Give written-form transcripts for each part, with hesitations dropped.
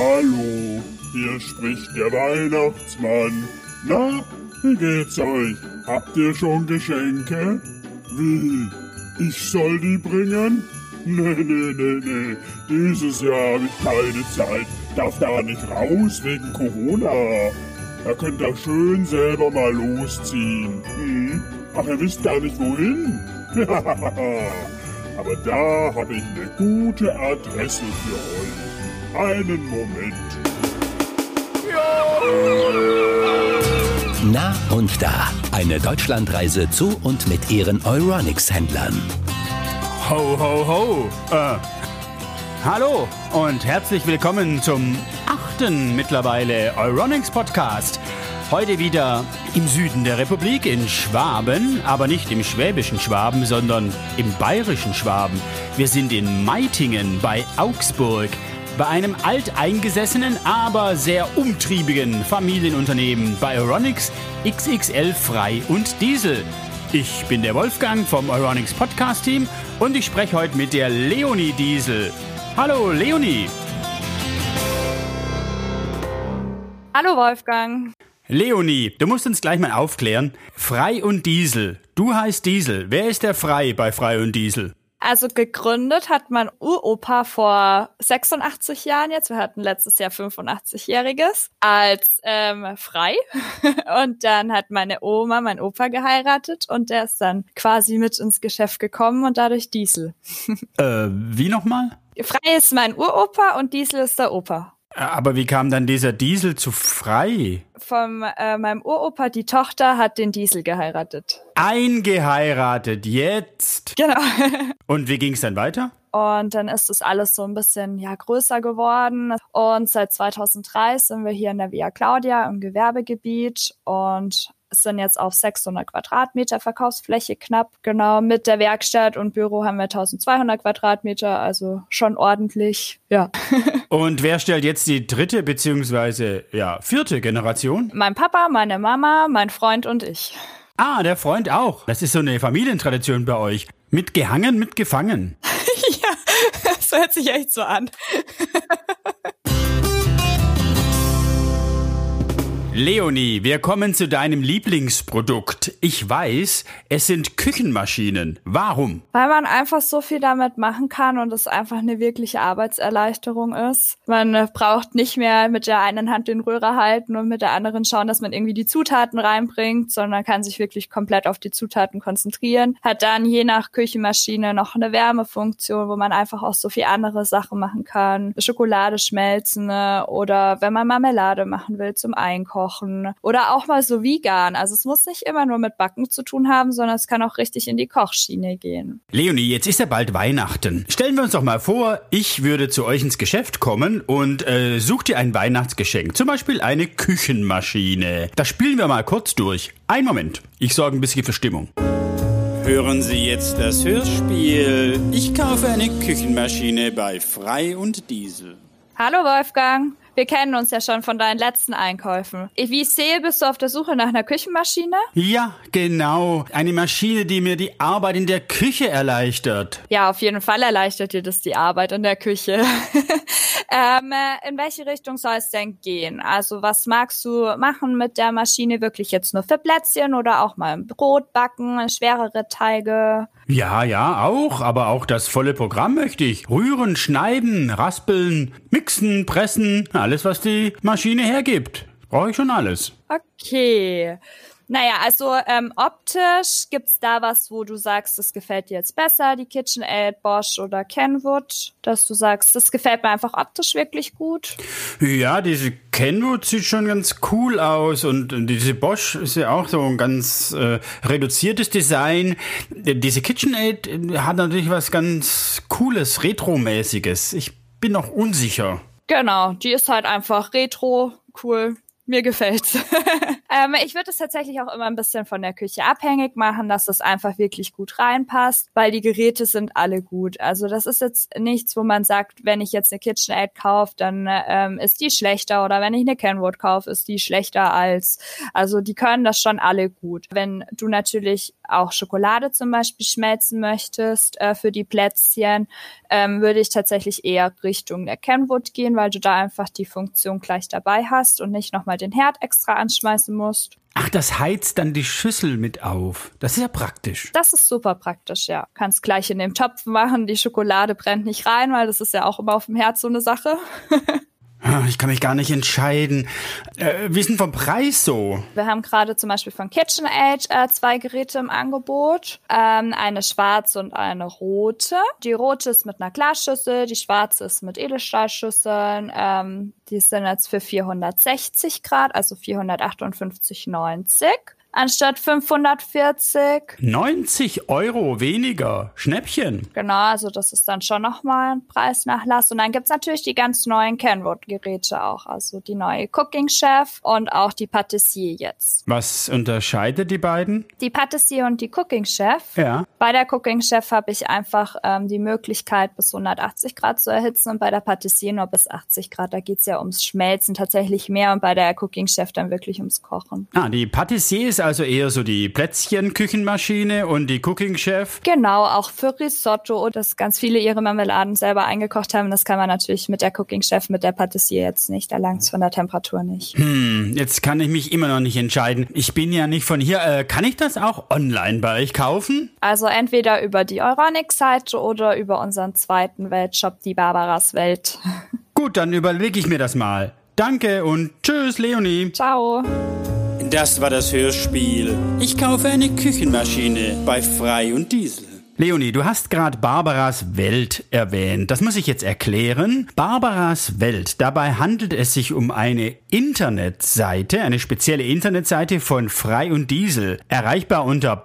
Hallo, hier spricht der Weihnachtsmann. Na, wie geht's euch? Habt ihr schon Geschenke? Wie? Ich soll die bringen? Nee. Dieses Jahr habe ich keine Zeit. Darf da nicht raus wegen Corona. Da könnt ihr schön selber mal losziehen. Ach, ihr wisst gar nicht wohin? Aber da habe ich eine gute Adresse für euch. Einen Moment. Na und da, eine Deutschlandreise zu und mit ihren Euronics-Händlern. Ho, ho, ho. Hallo und herzlich willkommen zum 8. mittlerweile Euronics-Podcast. Heute wieder im Süden der Republik, in Schwaben, aber nicht im schwäbischen Schwaben, sondern im bayerischen Schwaben. Wir sind in Meitingen bei Augsburg, bei einem alteingesessenen, aber sehr umtriebigen Familienunternehmen bei Euronics XXL Frei und Diesel. Ich bin der Wolfgang vom Euronics Podcast Team und ich spreche heute mit der Leonie Diesel. Hallo Leonie. Hallo Wolfgang. Leonie, du musst uns gleich mal aufklären. Frei und Diesel. Du heißt Diesel. Wer ist der Frei bei Frei und Diesel? Also gegründet hat mein Uropa vor 86 Jahren jetzt. Wir hatten letztes Jahr 85-Jähriges als Frei. Und dann hat meine Oma meinen Opa geheiratet und der ist dann quasi mit ins Geschäft gekommen und dadurch Diesel. Wie nochmal? Frei ist mein Uropa und Diesel ist der Opa. Aber wie kam dann dieser Diesel zu Frei? Von meinem Uropa, die Tochter, hat den Diesel geheiratet. Eingeheiratet, jetzt? Genau. Und wie ging es dann weiter? Und dann ist das alles so ein bisschen größer geworden. Und seit 2003 sind wir hier in der Via Claudia im Gewerbegebiet und sind jetzt auf 600 Quadratmeter Verkaufsfläche knapp. Genau, mit der Werkstatt und Büro haben wir 1200 Quadratmeter, also schon ordentlich, ja. Und wer stellt jetzt die dritte bzw. vierte Generation? Mein Papa, meine Mama, mein Freund und ich. Ah, der Freund auch. Das ist so eine Familientradition bei euch. Mitgehangen, mitgefangen. Ja, das hört sich echt so an. Leonie, wir kommen zu deinem Lieblingsprodukt. Ich weiß, es sind Küchenmaschinen. Warum? Weil man einfach so viel damit machen kann und es einfach eine wirkliche Arbeitserleichterung ist. Man braucht nicht mehr mit der einen Hand den Rührer halten und mit der anderen schauen, dass man irgendwie die Zutaten reinbringt, sondern kann sich wirklich komplett auf die Zutaten konzentrieren. Hat dann je nach Küchenmaschine noch eine Wärmefunktion, wo man einfach auch so viel andere Sachen machen kann. Schokolade schmelzen oder wenn man Marmelade machen will zum Einkochen. Oder auch mal so vegan. Also es muss nicht immer nur mit Backen zu tun haben, sondern es kann auch richtig in die Kochschiene gehen. Leonie, jetzt ist ja bald Weihnachten. Stellen wir uns doch mal vor, ich würde zu euch ins Geschäft kommen und such dir ein Weihnachtsgeschenk. Zum Beispiel eine Küchenmaschine. Das spielen wir mal kurz durch. Einen Moment. Ich sorge ein bisschen für Stimmung. Hören Sie jetzt das Hörspiel. Ich kaufe eine Küchenmaschine bei Frei und Diesel. Hallo Wolfgang. Wir kennen uns ja schon von deinen letzten Einkäufen. Wie ich sehe, bist du auf der Suche nach einer Küchenmaschine? Ja, genau. Eine Maschine, die mir die Arbeit in der Küche erleichtert. Ja, auf jeden Fall erleichtert dir das die Arbeit in der Küche. In welche Richtung soll es denn gehen? Also was magst du machen mit der Maschine? Wirklich jetzt nur für Plätzchen oder auch mal Brot backen, schwerere Teige? Ja, auch. Aber auch das volle Programm möchte ich. Rühren, schneiden, raspeln, mixen, pressen. Alles, was die Maschine hergibt. Brauche ich schon alles. Okay. Naja, also optisch gibt's da was, wo du sagst, das gefällt dir jetzt besser, die KitchenAid, Bosch oder Kenwood, dass du sagst, das gefällt mir einfach optisch wirklich gut? Ja, diese Kenwood sieht schon ganz cool aus und diese Bosch ist ja auch so ein ganz reduziertes Design. Diese KitchenAid hat natürlich was ganz Cooles, Retromäßiges. Ich bin noch unsicher. Genau, die ist halt einfach retro, cool. Mir gefällt's. Ich würde es tatsächlich auch immer ein bisschen von der Küche abhängig machen, dass es einfach wirklich gut reinpasst, weil die Geräte sind alle gut. Also das ist jetzt nichts, wo man sagt, wenn ich jetzt eine KitchenAid kaufe, dann ist die schlechter, oder wenn ich eine Kenwood kaufe, ist die schlechter als. Also die können das schon alle gut. Wenn du natürlich auch Schokolade zum Beispiel schmelzen möchtest für die Plätzchen, würde ich tatsächlich eher Richtung der Kenwood gehen, weil du da einfach die Funktion gleich dabei hast und nicht nochmal den Herd extra anschmeißen musst. Ach, das heizt dann die Schüssel mit auf. Das ist ja praktisch. Das ist super praktisch, ja. Kannst gleich in dem Topf machen, die Schokolade brennt nicht rein, weil das ist ja auch immer auf dem Herd so eine Sache. Ich kann mich gar nicht entscheiden. Wie ist denn vom Preis so? Wir haben gerade zum Beispiel von KitchenAid 2 Geräte im Angebot. Eine schwarze und eine rote. Die rote ist mit einer Glasschüssel, die schwarze ist mit Edelstahlschüsseln. Die sind jetzt für 460 Grad, also 458,90. Anstatt 540. 90 € weniger. Schnäppchen. Genau, also das ist dann schon nochmal ein Preisnachlass. Und dann gibt's natürlich die ganz neuen Kenwood-Geräte auch. Also die neue Cooking Chef und auch die Patissier jetzt. Was unterscheidet die beiden? Die Patissier und die Cooking Chef. Ja. Bei der Cooking Chef habe ich einfach die Möglichkeit, bis 180 Grad zu erhitzen, und bei der Patissier nur bis 80 Grad. Da geht's ja ums Schmelzen tatsächlich mehr und bei der Cooking Chef dann wirklich ums Kochen. Die Patissier ist also eher so die Plätzchen-Küchenmaschine und die Cooking Chef. Genau, auch für Risotto, dass ganz viele ihre Marmeladen selber eingekocht haben. Das kann man natürlich mit der Cooking Chef, mit der Patissier jetzt nicht. Da langt's von der Temperatur nicht. Jetzt kann ich mich immer noch nicht entscheiden. Ich bin ja nicht von hier. Kann ich das auch online bei euch kaufen? Also entweder über die Euronics-Seite oder über unseren zweiten Weltshop, die Barbaras Welt. Gut, dann überlege ich mir das mal. Danke und tschüss, Leonie. Ciao. Das war das Hörspiel. Ich kaufe eine Küchenmaschine bei Frei und Diesel. Leonie, du hast gerade Barbaras Welt erwähnt. Das muss ich jetzt erklären. Barbaras Welt, dabei handelt es sich um eine Internetseite, eine spezielle Internetseite von Frei und Diesel, erreichbar unter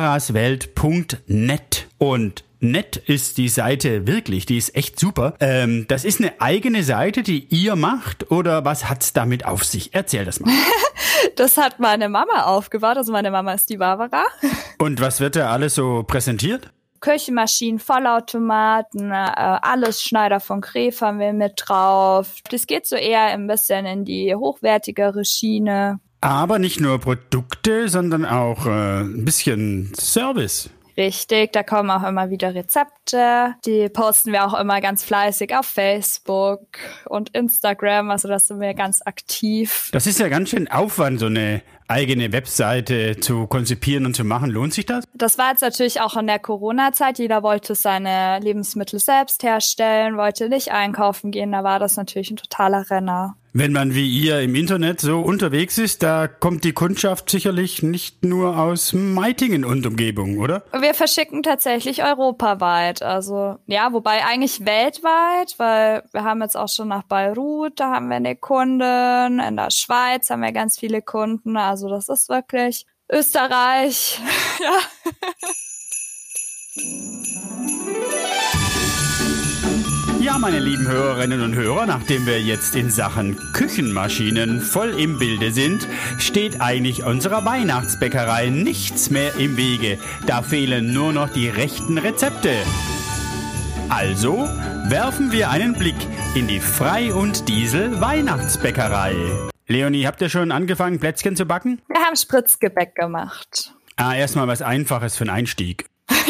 barbaraswelt.net. Und nett ist die Seite wirklich, die ist echt super. Das ist eine eigene Seite, die ihr macht, oder was hat's damit auf sich? Erzähl das mal. Das hat meine Mama aufgebaut, also meine Mama ist die Barbara. Und was wird da alles so präsentiert? Küchenmaschinen, Vollautomaten, alles Schneider von Gref haben wir mit drauf. Das geht so eher ein bisschen in die hochwertigere Schiene. Aber nicht nur Produkte, sondern auch ein bisschen Service. Richtig, da kommen auch immer wieder Rezepte. Die posten wir auch immer ganz fleißig auf Facebook und Instagram, also da sind wir ganz aktiv. Das ist ja ganz schön Aufwand, so eine eigene Webseite zu konzipieren und zu machen. Lohnt sich das? Das war jetzt natürlich auch in der Corona-Zeit. Jeder wollte seine Lebensmittel selbst herstellen, wollte nicht einkaufen gehen. Da war das natürlich ein totaler Renner. Wenn man wie ihr im Internet so unterwegs ist, da kommt die Kundschaft sicherlich nicht nur aus Meitingen und Umgebung, oder? Wir verschicken tatsächlich europaweit. Also ja, wobei eigentlich weltweit, weil wir haben jetzt auch schon nach Beirut, da haben wir eine Kundin. In der Schweiz haben wir ganz viele Kunden. Also das ist wirklich Österreich. Ja. Ja, meine lieben Hörerinnen und Hörer, nachdem wir jetzt in Sachen Küchenmaschinen voll im Bilde sind, steht eigentlich unserer Weihnachtsbäckerei nichts mehr im Wege. Da fehlen nur noch die rechten Rezepte. Also werfen wir einen Blick in die Frei und Diesel Weihnachtsbäckerei. Leonie, habt ihr schon angefangen, Plätzchen zu backen? Wir haben Spritzgebäck gemacht. Erstmal was Einfaches für den Einstieg.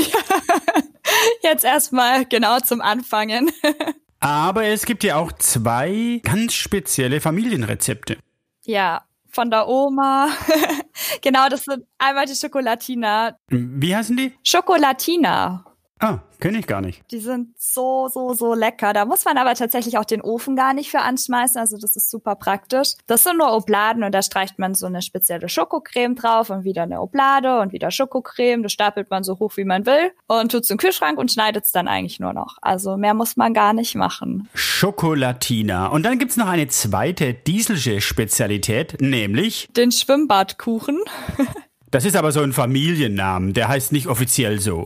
Jetzt erstmal genau zum Anfangen. Aber es gibt ja auch 2 ganz spezielle Familienrezepte. Ja, von der Oma. Genau, das sind einmal die Schokolatina. Wie heißen die? Schokolatina. Kenne ich gar nicht. Die sind so lecker. Da muss man aber tatsächlich auch den Ofen gar nicht für anschmeißen. Also das ist super praktisch. Das sind nur Obladen und da streicht man so eine spezielle Schokocreme drauf und wieder eine Oblade und wieder Schokocreme. Das stapelt man so hoch, wie man will und tut es im Kühlschrank und schneidet es dann eigentlich nur noch. Also mehr muss man gar nicht machen. Schokolatina. Und dann gibt's noch eine zweite dieselsche Spezialität, nämlich den Schwimmbadkuchen. Das ist aber so ein Familiennamen. Der heißt nicht offiziell so, oder?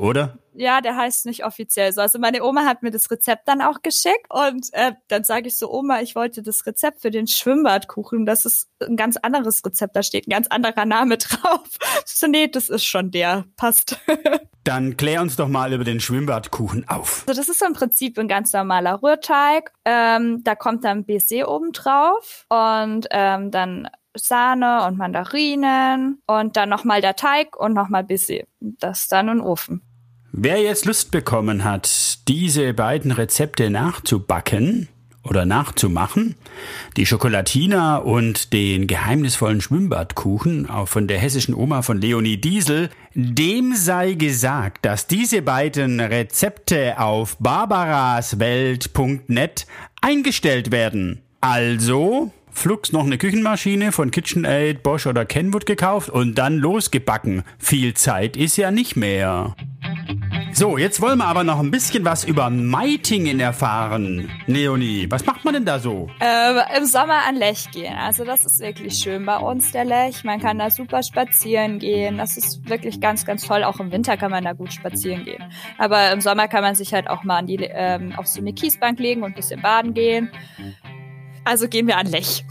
Ja, der heißt nicht offiziell so. Also meine Oma hat mir das Rezept dann auch geschickt und dann sage ich so, Oma, ich wollte das Rezept für den Schwimmbadkuchen. Das ist ein ganz anderes Rezept, da steht ein ganz anderer Name drauf. So, nee, das ist schon der, passt. Dann klär uns doch mal über den Schwimmbadkuchen auf. Also das ist so im Prinzip ein ganz normaler Rührteig. Da kommt dann Baiser oben drauf und dann Sahne und Mandarinen und dann nochmal der Teig und nochmal Baiser. Das dann in den Ofen. Wer jetzt Lust bekommen hat, diese beiden Rezepte nachzubacken oder nachzumachen, die Schokolatina und den geheimnisvollen Schwimmbadkuchen, auch von der hessischen Oma von Leonie Diesel, dem sei gesagt, dass diese beiden Rezepte auf barbaraswelt.net eingestellt werden. Also flugs noch eine Küchenmaschine von KitchenAid, Bosch oder Kenwood gekauft und dann losgebacken. Viel Zeit ist ja nicht mehr. So, jetzt wollen wir aber noch ein bisschen was über Meitingen erfahren. Leonie, was macht man denn da so? Im Sommer an Lech gehen. Also das ist wirklich schön bei uns, der Lech. Man kann da super spazieren gehen. Das ist wirklich ganz, ganz toll. Auch im Winter kann man da gut spazieren gehen. Aber im Sommer kann man sich halt auch mal auf so eine Kiesbank legen und ein bisschen baden gehen. Also gehen wir an Lech.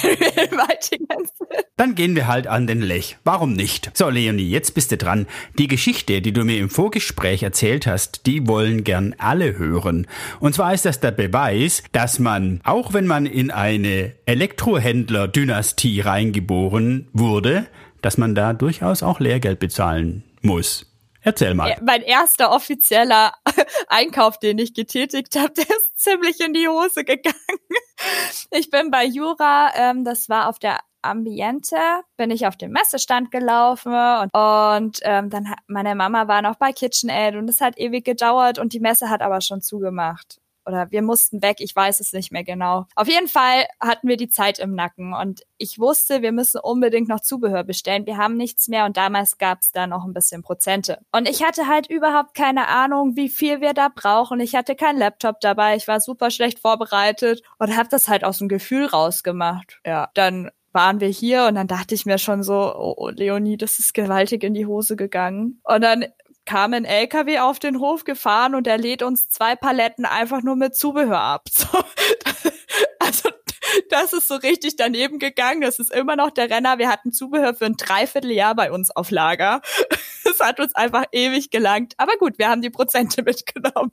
Dann gehen wir halt an den Lech. Warum nicht? So, Leonie, jetzt bist du dran. Die Geschichte, die du mir im Vorgespräch erzählt hast, die wollen gern alle hören. Und zwar ist das der Beweis, dass man, auch wenn man in eine Elektrohändler-Dynastie reingeboren wurde, dass man da durchaus auch Lehrgeld bezahlen muss. Erzähl mal. Mein erster offizieller Einkauf, den ich getätigt habe, der ist ziemlich in die Hose gegangen. Ich bin bei Jura, das war auf der Ambiente, bin ich auf den Messestand gelaufen und dann meine Mama war noch bei KitchenAid und es hat ewig gedauert und die Messe hat aber schon zugemacht. Oder wir mussten weg, ich weiß es nicht mehr genau. Auf jeden Fall hatten wir die Zeit im Nacken und ich wusste, wir müssen unbedingt noch Zubehör bestellen. Wir haben nichts mehr und damals gab es da noch ein bisschen Prozente. Und ich hatte halt überhaupt keine Ahnung, wie viel wir da brauchen. Ich hatte keinen Laptop dabei, ich war super schlecht vorbereitet und habe das halt aus dem Gefühl rausgemacht. Ja, dann waren wir hier und dann dachte ich mir schon so, oh Leonie, das ist gewaltig in die Hose gegangen. Und dann kam ein LKW auf den Hof gefahren und er lädt uns 2 Paletten einfach nur mit Zubehör ab. So, also das ist so richtig daneben gegangen. Das ist immer noch der Renner. Wir hatten Zubehör für ein Dreivierteljahr bei uns auf Lager. Das hat uns einfach ewig gelangt. Aber gut, wir haben die Prozente mitgenommen.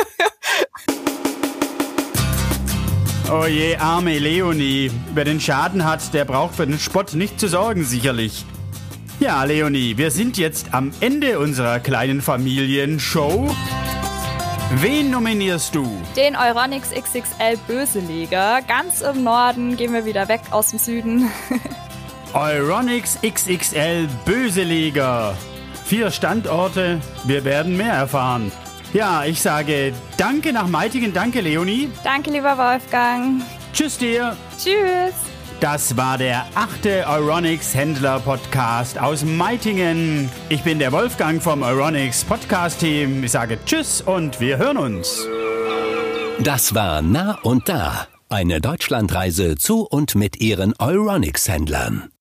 Oh je, arme Leonie. Wer den Schaden hat, der braucht für den Spott nicht zu sorgen, sicherlich. Ja, Leonie, wir sind jetzt am Ende unserer kleinen Familienshow. Wen nominierst du? Den Euronics XXL Böseleger. Ganz im Norden, gehen wir wieder weg aus dem Süden. Euronics XXL Böseleger. 4 Standorte, wir werden mehr erfahren. Ja, ich sage danke nach Meitingen, danke Leonie. Danke, lieber Wolfgang. Tschüss dir. Tschüss. Das war der 8. Euronics Händler Podcast aus Meitingen. Ich bin der Wolfgang vom Euronics Podcast Team. Ich sage Tschüss und wir hören uns. Das war Nah und Da, eine Deutschlandreise zu und mit ihren Euronics Händlern.